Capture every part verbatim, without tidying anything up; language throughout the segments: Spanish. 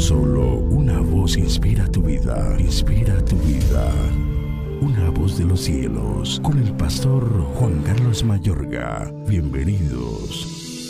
Solo una voz inspira tu vida, inspira tu vida. Una voz de los cielos, con el pastor Juan Carlos Mayorga. Bienvenidos.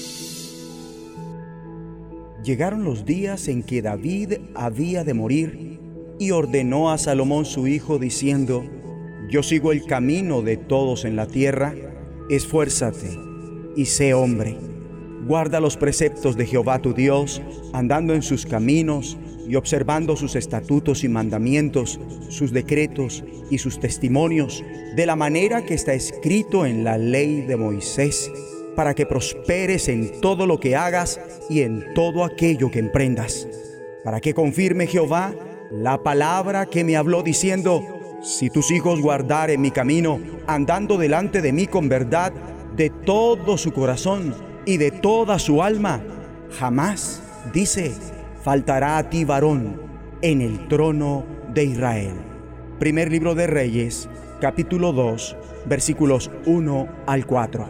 Llegaron los días en que David había de morir y ordenó a Salomón su hijo diciendo: Yo sigo el camino de todos en la tierra, esfuérzate y sé hombre. Guarda los preceptos de Jehová tu Dios, andando en sus caminos y observando sus estatutos y mandamientos, sus decretos y sus testimonios, de la manera que está escrito en la ley de Moisés, para que prosperes en todo lo que hagas y en todo aquello que emprendas. Para que confirme Jehová la palabra que me habló diciendo: Si tus hijos guardaren mi camino, andando delante de mí con verdad, de todo su corazón y de toda su alma, jamás, dice, faltará a ti varón en el trono de Israel. Primer libro de Reyes, capítulo dos, versículos uno al cuatro.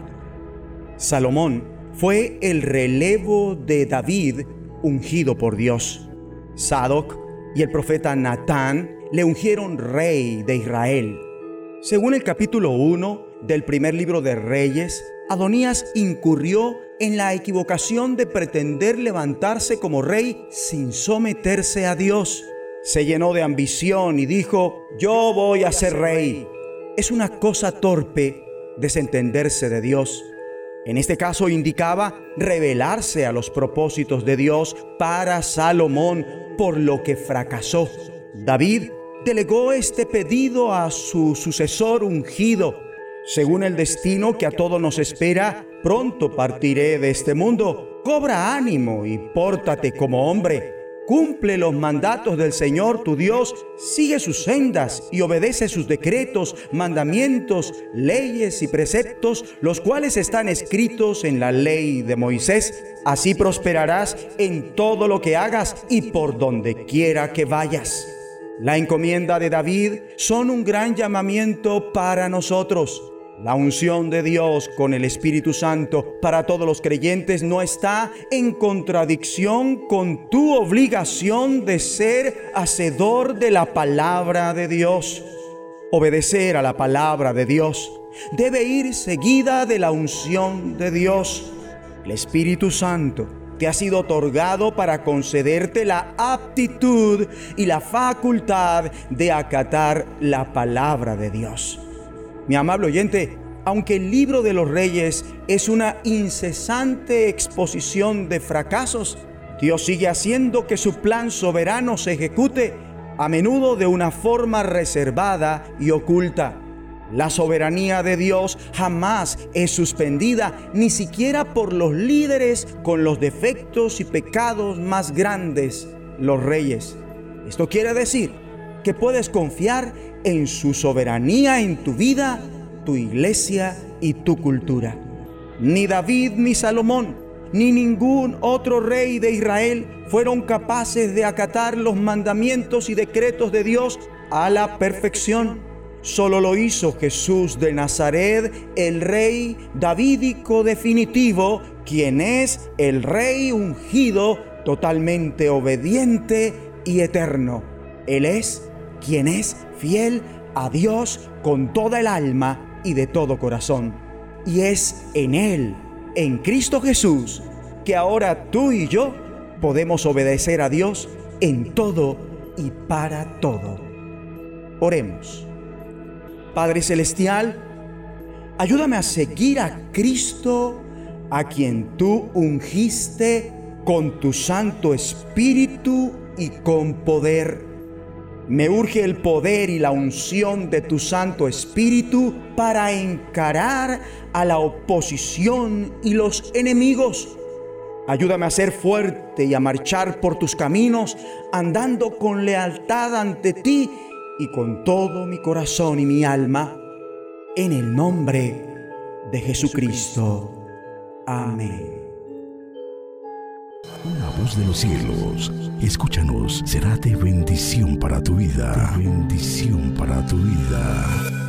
Salomón fue el relevo de David ungido por Dios. Sadoc y el profeta Natán le ungieron rey de Israel. Según el capítulo uno del primer libro de Reyes, Adonías incurrió en la equivocación de pretender levantarse como rey sin someterse a Dios. Se llenó de ambición y dijo: Yo voy a ser rey. Es una cosa torpe desentenderse de Dios. En este caso indicaba rebelarse a los propósitos de Dios para Salomón, por lo que fracasó. David delegó este pedido a su sucesor ungido. Según el destino que a todos nos espera, pronto partiré de este mundo. Cobra ánimo y pórtate como hombre. Cumple los mandatos del Señor tu Dios, sigue sus sendas y obedece sus decretos, mandamientos, leyes y preceptos, los cuales están escritos en la ley de Moisés. Así prosperarás en todo lo que hagas y por donde quiera que vayas. La encomienda de David son un gran llamamiento para nosotros. La unción de Dios con el Espíritu Santo para todos los creyentes no está en contradicción con tu obligación de ser hacedor de la palabra de Dios. Obedecer a la palabra de Dios debe ir seguida de la unción de Dios. El Espíritu Santo te ha sido otorgado para concederte la aptitud y la facultad de acatar la palabra de Dios. Mi amable oyente, aunque el libro de los Reyes es una incesante exposición de fracasos, Dios sigue haciendo que su plan soberano se ejecute, a menudo de una forma reservada y oculta. La soberanía de Dios jamás es suspendida, ni siquiera por los líderes con los defectos y pecados más grandes, los reyes. Esto quiere decir que puedes confiar en su soberanía en tu vida, tu iglesia y tu cultura. Ni David ni Salomón, ni ningún otro rey de Israel fueron capaces de acatar los mandamientos y decretos de Dios a la perfección. Solo lo hizo Jesús de Nazaret, el rey davídico definitivo, quien es el rey ungido, totalmente obediente y eterno. Él es quien es fiel a Dios con toda el alma y de todo corazón. Y es en Él, en Cristo Jesús, que ahora tú y yo podemos obedecer a Dios en todo y para todo. Oremos. Padre Celestial, ayúdame a seguir a Cristo, a quien tú ungiste con tu Santo Espíritu y con poder. Me urge el poder y la unción de tu Santo Espíritu para encarar a la oposición y los enemigos. Ayúdame a ser fuerte y a marchar por tus caminos, andando con lealtad ante ti y con todo mi corazón y mi alma, en el nombre de Jesucristo. Amén. Una voz de los cielos, escúchanos, será de bendición para tu vida. De bendición para tu vida.